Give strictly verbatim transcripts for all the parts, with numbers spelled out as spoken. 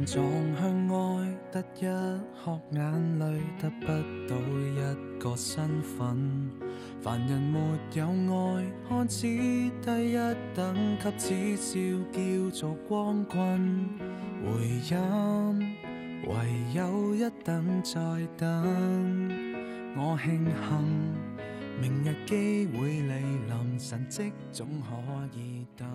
撞向愛，得一顆眼淚，得不到一個身份。凡人沒有愛，看似低一等級，只笑叫做光棍。回音唯有一等再等，我慶幸明日機會嚟臨，神蹟總可以等。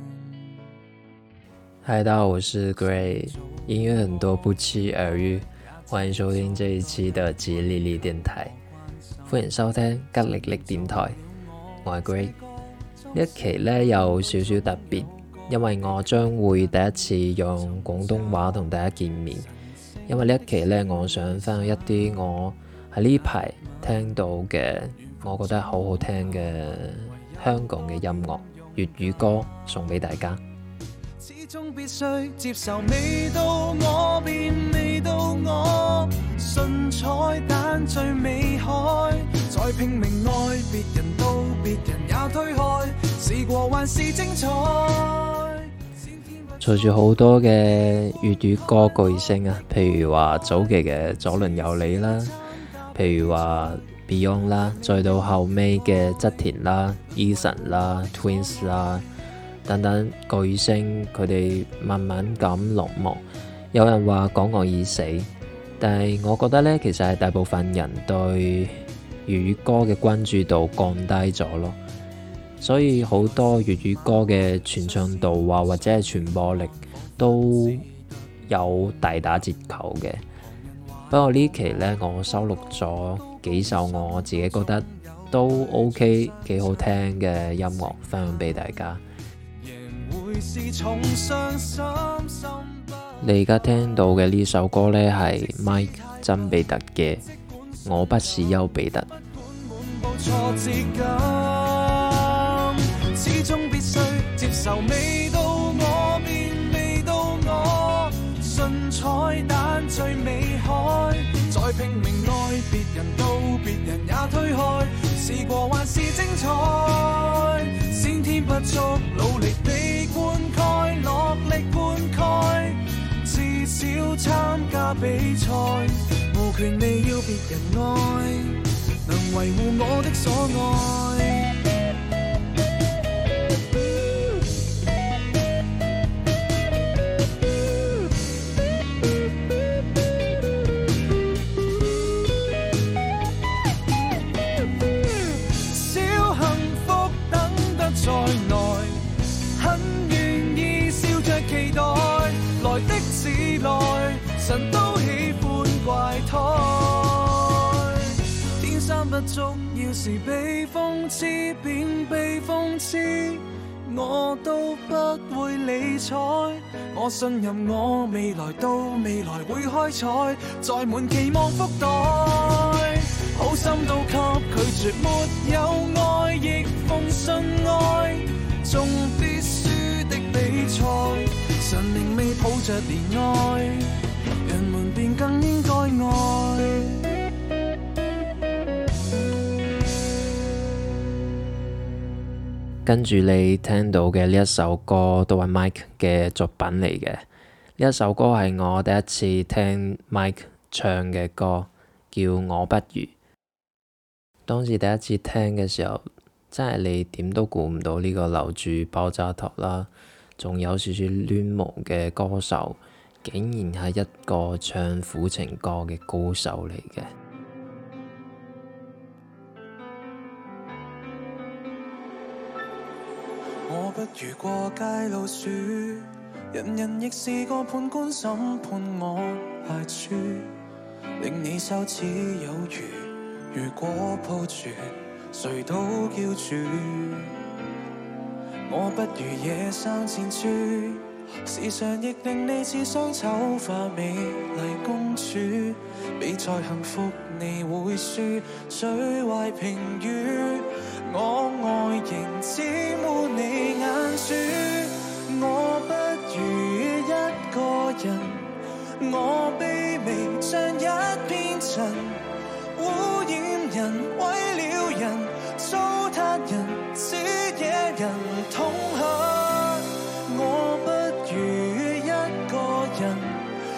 嗨，大家好，我是 Gray， 音乐很多不期而遇，歡迎收聽這一期的吉利利電台。歡迎收聽吉力力電台，我係 Gray。呢一期呢有少少特別，因為我將會第一次用廣東話同大家見面。因為呢一期呢，我想分享一啲我喺呢排聽到嘅，我覺得好好聽嘅香港嘅音樂粵語歌送俾大家。 始終必須接受未到我便未到我，信彩蛋最美開，再拼命愛別人到別人也推開，試過還是精彩。 隨住好多嘅粵語歌巨星啊，譬如話早期嘅左麟右李啦，譬如話 Beyond 啦，再到後尾嘅側田啦、Eason 啦、Twins 啦等等巨星，佢哋慢慢咁落幕。有人話港樂已死，但係我覺得呢，其實係大部分人對粵語歌嘅關注度降低咗咯。所以好多粵語歌嘅傳唱度啊，或者係傳播力都有大打折扣嘅。不過呢期呢，我收錄咗幾首我自己覺得都 OK 幾好聽嘅音樂分享俾大家。你而家聽到嘅呢首歌呢，係 Mike 曾比特嘅《我不是丘比特》。 始終必須接受未到我便未到我，信彩蛋最美開，再拼命愛別人到別人也推開，試過還是精彩，先天不足努力地灌溉，落力灌溉，至少參加比賽，無權利要別人愛，能維護我的所愛。在內很願意笑着期待，來的自來，神都喜歡怪胎。天生不足，要是被諷刺便被諷刺，我都不會理睬。我信任我未來，到未來會開採，載滿期望福袋。好心都給拒絕，沒有愛亦奉信愛，終必輸的比賽，神明未抱着憐愛，人們便更應該愛。 跟住你聽到嘅呢一首歌都係 Mike 嘅作品嚟嘅。呢一首歌係我第一次聽 Mike 唱嘅歌，叫《我不如》。當時第一次聽嘅時候，真係你點都估唔到呢個留住爆炸頭啦，仲有少少亂毛嘅歌手，竟然係一個唱苦情歌嘅高手嚟嘅。 我不如過街老鼠，人人亦是個判官審判我壞處，令你羞恥有餘。如果抱住，誰都叫住。我不如野生箭豬，時常亦令你似雙醜化美麗公主。比賽幸福你會輸，最壞評語，我外形只沒你眼珠。我不如一個人，我卑微像一片塵，污染人，毀了人，糟蹋人，只惹人痛恨。我不如一個人，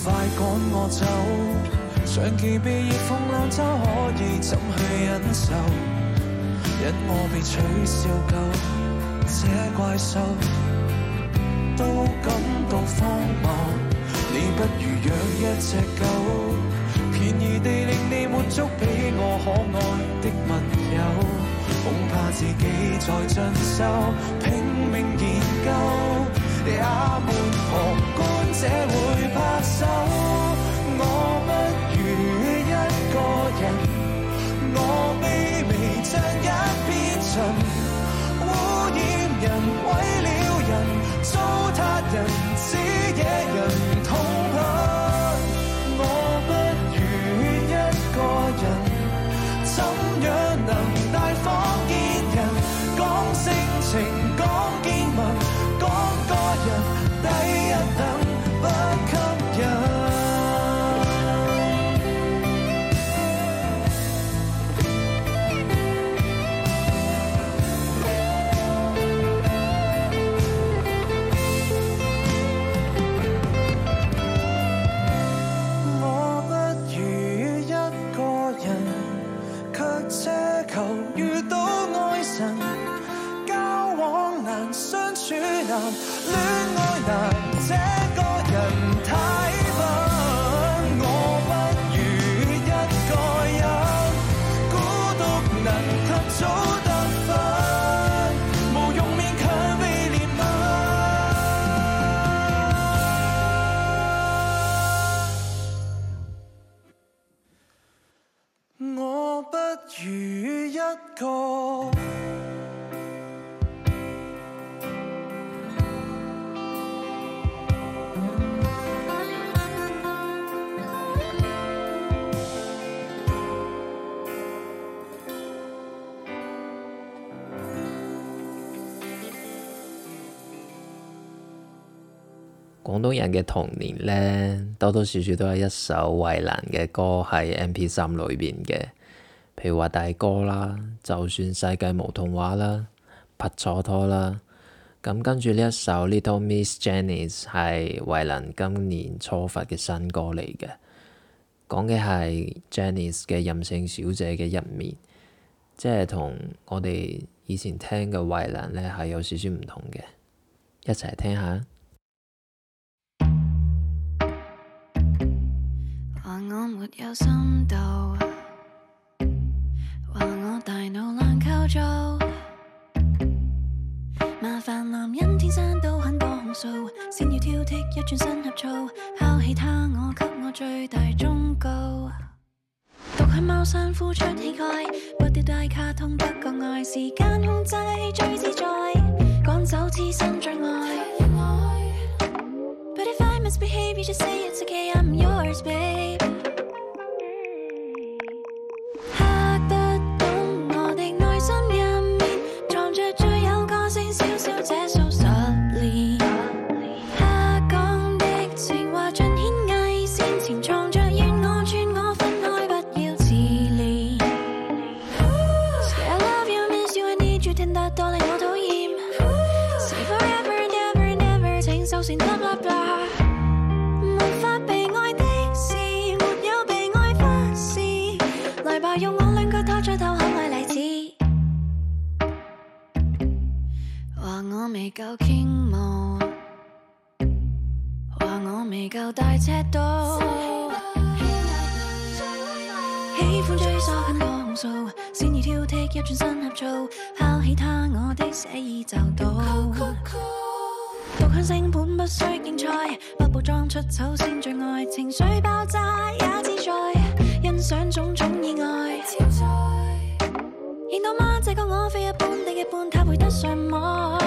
快趕我走，長期被熱風籠罩，可以怎去忍受？因我被取笑夠，這怪獸都感到荒謬。你不如養一隻狗，便宜地令你滿足，比我可愛的密友。恐怕自己在進修，拼命研究，也沒旁觀者會拍手。我不如一個人，我卑微像一片塵，污染人，毀了人，糟蹋人，使野人痛恨。我不如一個人，怎樣能大方見人？講性情，講見聞，講個人低一等，不吸引。戀愛難，這個人太笨，我不如一個人，孤獨能及早得分，無用勉強被憐憫。我不如一個廣東人嘅童年呢，多多少少都有一首衛蘭嘅歌喺 M P 三 裏邊嘅，譬如話大哥啦，就算世界無童話啦，拍錯拖啦，咁跟住呢一首 Little Miss Janice 係衛蘭今年初發嘅新歌嚟嘅，講嘅係 Janice 嘅任性小姐嘅一面，即係同我哋以前聽嘅衛蘭呢係有少少唔同嘅，一齊聽下。 話我沒有深度，話我大腦懶構造，麻煩男人天生都很多控訴，先要挑剔一轉身合造，拋棄他我給我最大忠告，獨去貓山呼出氣概，不丟低卡通得個愛，時間控制最自在，趕走痴身最愛。But if I misbehave, you just say it's okay, I'm yours, babe. 嚇得懂我的內心入面，藏着最有個性小小姐數十年。他講的情話盡顯偽善，潛藏着願我轉我分開，不要自憐。Say I love you, miss you, I need you， 聽得多令我討厭。Say forever and ever and ever， 請收線，blah blah blah。用我兩腳拖出頭可愛例子，話我未夠傾慕，話我未夠大尺度，喜歡追索很多控訴，先要挑剔一轉身合造，拋棄他我的寫意就到，獨享性本不需競賽，不補妝出醜先最愛，情緒爆炸也自在，欣賞種種意外，認到嗎？這個我非一般的一般，他配得上我。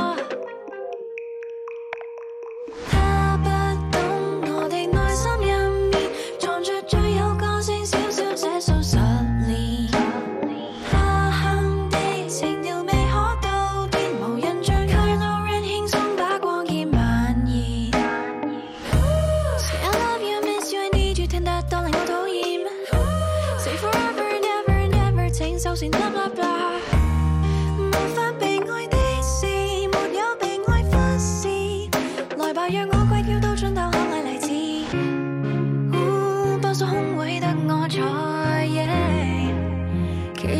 他不懂我的內心入面，藏着最有個性小小姐數十年。他哼的情調未可到天，無人像Kylo Ren輕鬆把光劍蔓延。Say I love you, miss you, I need you， 聽得多令我討厭。Say forever and ever and ever， 請收線，blah blah blah。無法被愛的事，沒有被愛忽視，來吧讓我鬼叫到盡頭可愛例子。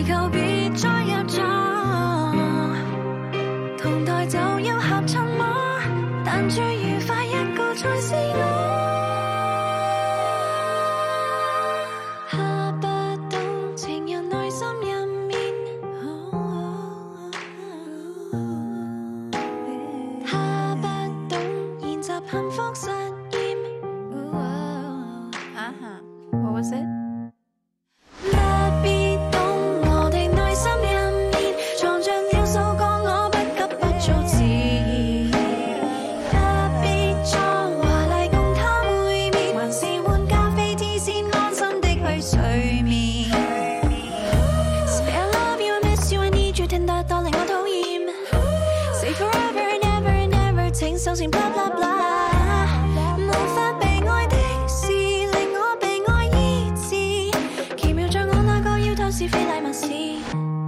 求別再入座，同台就要合襯嗎？但最愉快一個才是我。 就算 blah blah blah， 無法被愛的事令我被愛醫治，奇妙像我那個要透視非禮勿視。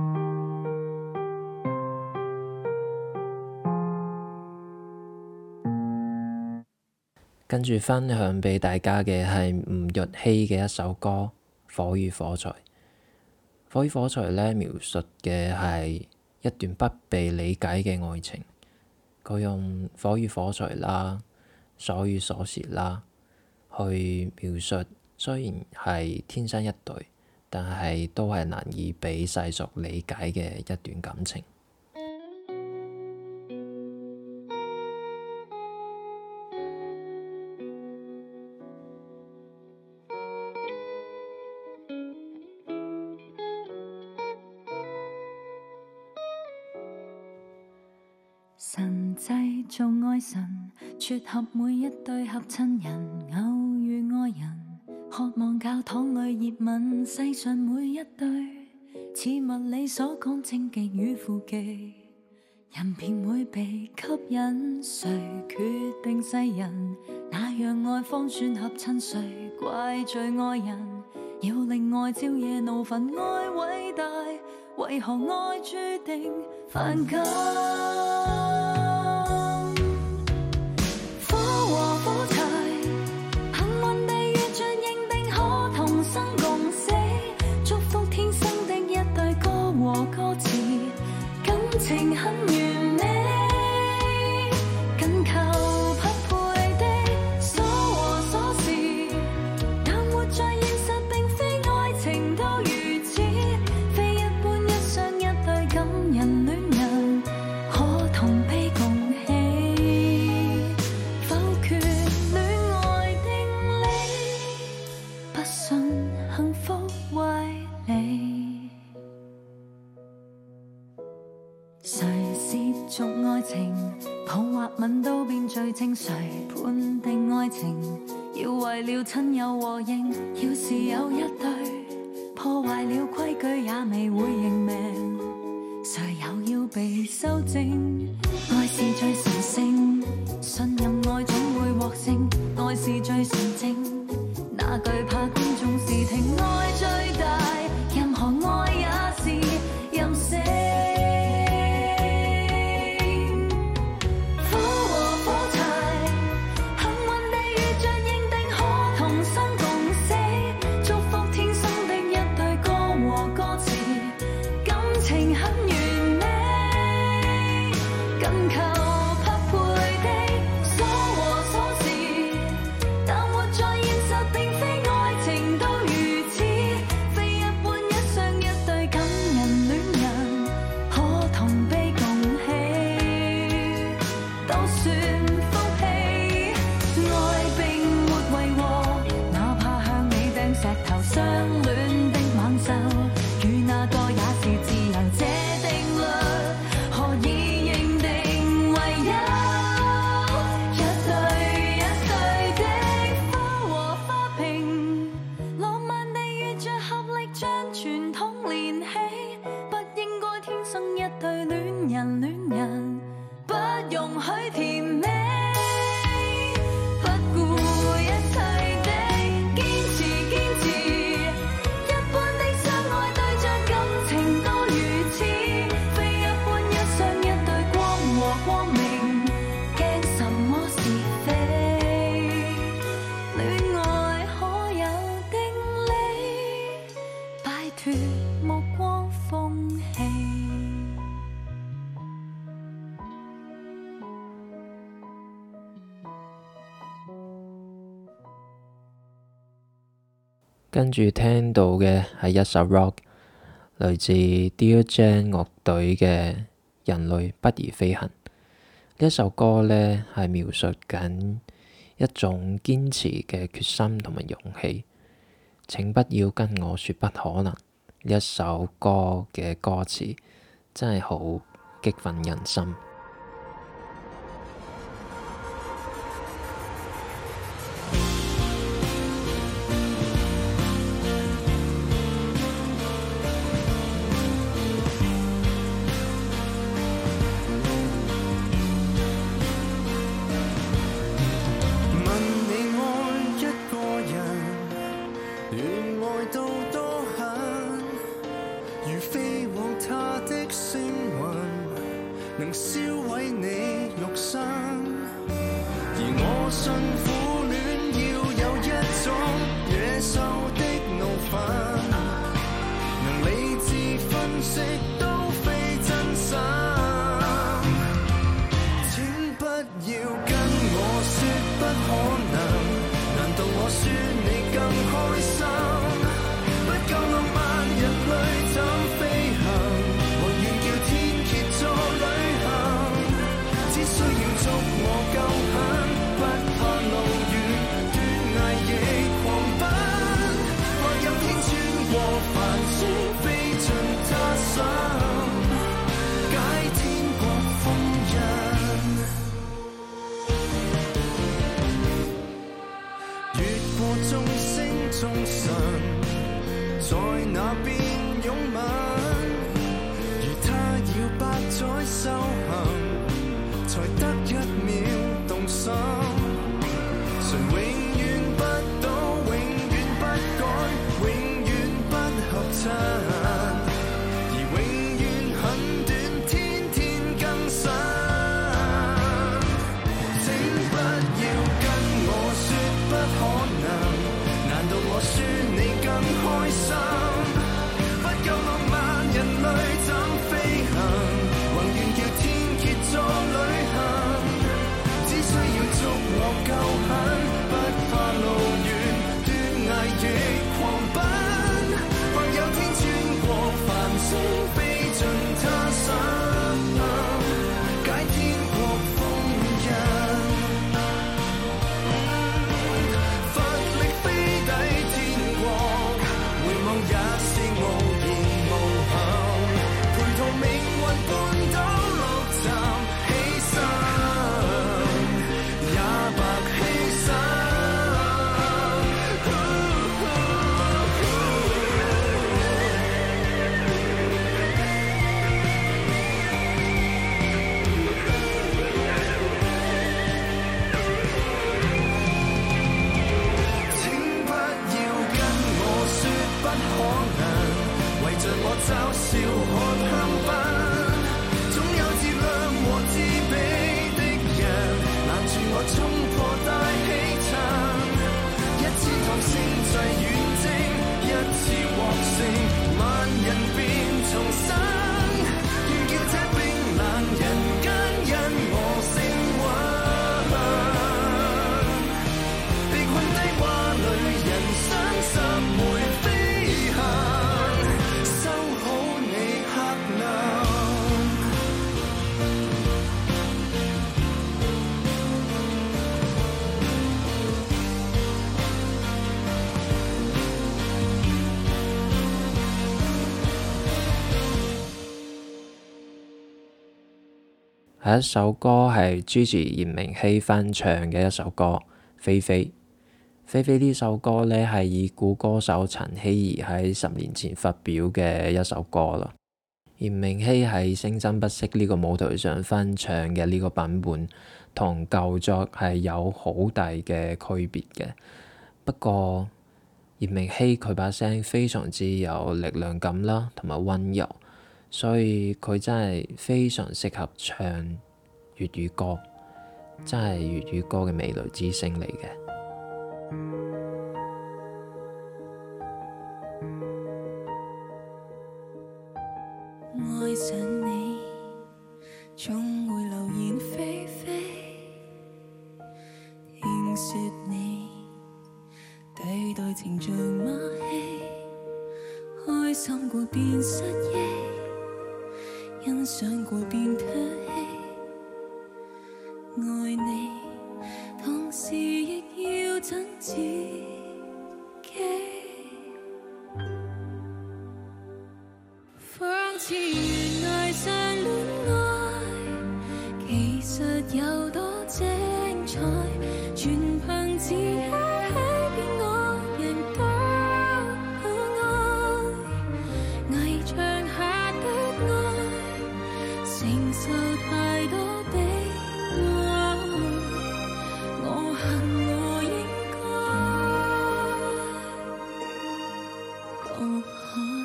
跟住分享俾大家嘅係吳若希嘅一首歌《火與火柴》。《火與火柴》呢描述嘅係一段不被理解嘅愛情。佢用火與火柴啦、鎖與鎖匙啦去描述，雖然係天生一對，但係都係難以俾世俗理解嘅一段感情。 神製造愛神，撮合每一對合親人，偶遇愛人，渴望教堂裏熱吻，世上每一對，似物理所講正極與負極，人便會被吸引。誰決定世人那樣愛方算合親？誰怪罪愛人要令愛朝夜怒憤？愛偉大，為何愛注定犯禁？情很完美，緊扣匹配的鎖和鎖匙，但活在現實並非愛情都如此，非一般一雙一對感人戀人可同悲共喜，否決戀愛定理，不信幸福為你。誰涉足愛情，抱或吻都變罪證？誰判定愛情要為了親友和應？要是有一對破壞了規矩也未會認命，誰又要被修正？愛是最神聖，信任愛總會獲勝，愛是最純正，哪懼怕觀眾視聽？愛最大，任何愛也是任性。 脱目光風氣。 跟住聽到嘅係一首 rock， 來自 Dear Jane 樂隊嘅《人類不宜飛行》。呢一首歌呢係描述緊一種堅持嘅決心同埋勇氣。請不要跟我說不可能。呢一首歌嘅歌詞真係好激憤人心。 能燒毀你肉身，而我信苦戀要有一種野獸的怒憤，能理智分析都非真心。請不要跟我說不可能，難道我說你更開心？不夠浪漫人類怎飛行？宏願叫天蠍座旅行，只需要捉我夠狠，不怕路遠斷崖亦狂奔，或有天穿過繁星飛進他心，解天國封印。越過眾星眾神，在那邊擁吻，如他要百載修行，才得一秒動心。誰永遠不倒，永遠不改，永遠不合襯，而永遠很短，天天更新。請不要跟我說不可能，難道我說你更開心？不夠浪漫人類怎飛行？宏願叫天蠍座旅行，只需要捉我夠狠，不怕路遠斷崖亦狂奔，或有天穿過繁星飛進他心，解天國封印。奮力飛抵天國，回望也是無言無憾，陪同命運絆倒六站起身，也白犧牲。請不要跟我說不可能，圍着我嘲笑看香檳，總有自量和自卑的人，攔住我衝破大氣層。一次趟星際遠征，一次獲勝，萬人便重生。願叫這冰冷人間因我升溫，被困低洼裏人生十枚飛行，收好你黑暗。 係一首歌係 Gigi 炎明熹翻唱嘅一首歌《菲菲》。《菲菲》呢首歌呢係已故歌手陳僖儀喺十年前發表嘅一首歌啦。炎明熹喺《聲生不息》呢個舞台上翻唱嘅呢個版本，同舊作係有好大嘅區別嘅。不過炎明熹佢把聲非常之有力量感啦，同埋溫柔。所以佢真係非常適合唱粵語歌，真係粵語歌嘅美女之星嚟嘅。 想你，總會流言蜚蜚，聽說你對待情像馬戲，開心過便失憶，欣賞過便唾棄，愛你同時亦要憎自己。仿似懸崖上戀愛，其實有多精彩，全憑自欺欺騙我人多可愛，危牆下的愛，承受太多悲哀，我恨我應該墮海。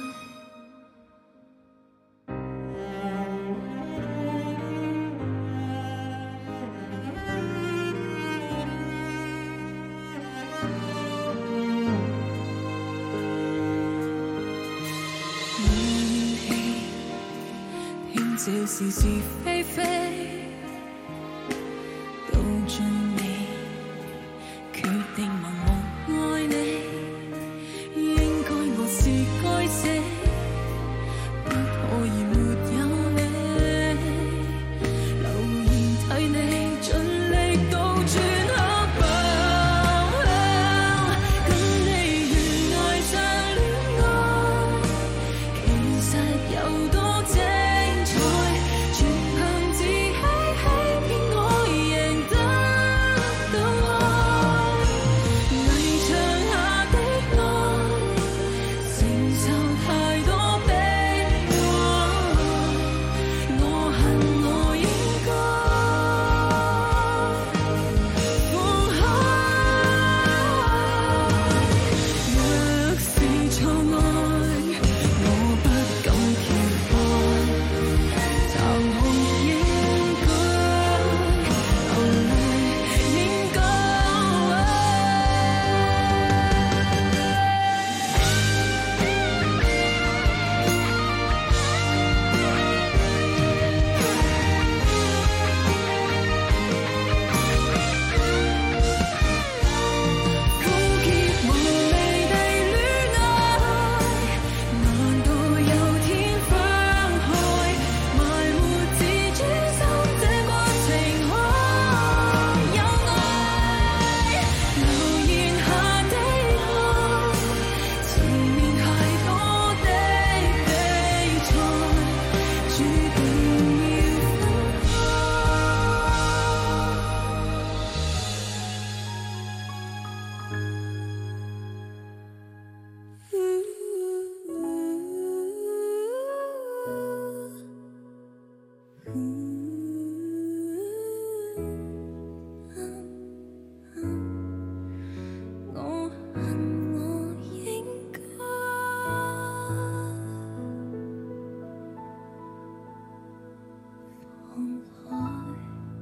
笑是是非非，到盡你決定盲目愛你，應該我是該死，不可以沒有你。留言替你盡力倒轉黑白，跟你懸崖上戀愛，其實有多精彩。全憑自欺欺騙我贏得到愛，危牆下的愛，承受太多悲哀，我恨我應該放開。若是錯愛，我不敢揭開。就應該流淚，應該。枯竭無離地戀愛，難道有天分開？埋沒自尊心，這過程可有愛？流言下的愛，前面太多的比賽，注定要分開。我恨我應該放開。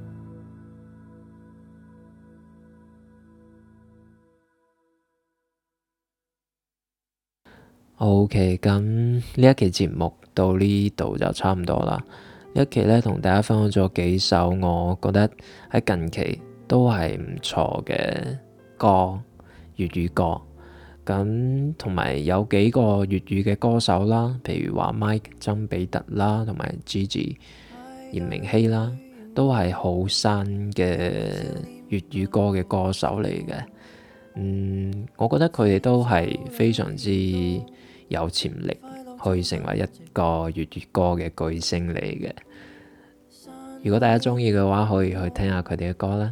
OK，咁呢一期節目到呢度就差唔多啦。呢一期呢，同大家分享咗幾首我覺得喺近期都係唔錯嘅歌，粵語歌。咁同埋有幾個粵語嘅歌手啦，譬如話 Mike 曾比特啦，同埋 Gigi 嚴明熙啦，都係好新嘅粵語歌嘅歌手嚟嘅。嗯，我覺得佢哋都係非常之有潛力去成為一個粵語歌嘅巨星嚟嘅。如果大家鍾意嘅話，可以去聽下佢哋嘅歌啦。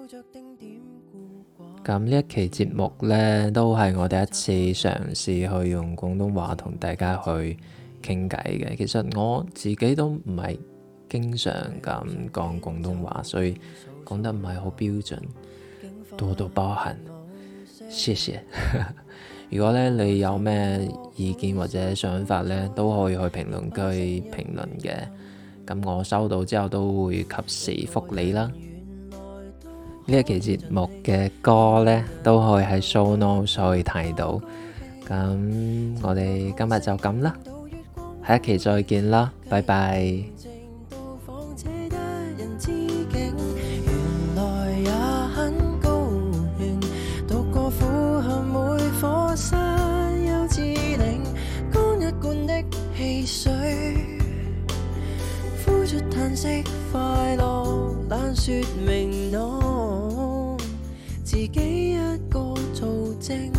咁呢一期節目呢，都係我第一次嘗試去用廣東話同大家去傾偈嘅。其實我自己都唔係經常咁講廣東話，所以講得唔係好標準，多多包涵。謝謝。如果咧你有咩意見或者想法咧，都可以去評論區評論嘅。咁我收到之後都會及時覆你啦。呢一期節目嘅歌咧，都可以喺 show notes 可以睇到。咁我哋今日就咁啦， 下一期再見啦，拜拜。 到訪這一人之境，原來也很高興，讀過苦後每課室幼稚齡，乾一罐的汽水，呼出嘆息，快樂懶說明我自己一個做證。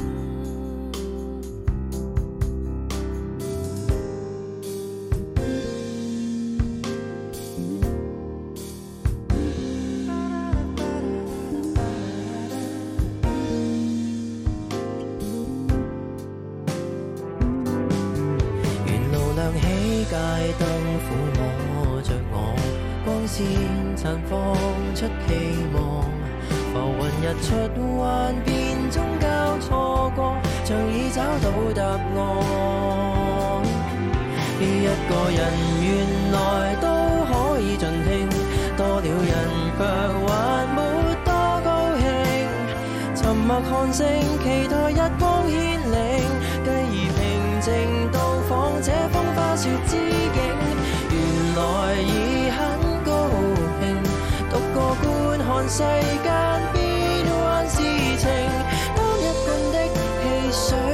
街燈撫摸着我，光線綻放出期望，浮雲日出幻變中交錯過，像已找到答案。一個人原來都可以盡興，多了人卻還沒多高興，沉默看星，期待日光牽領，繼而平靜到訪這風花雪之境，原來已很高興，獨個觀看世間變幻事情，當一罐的汽水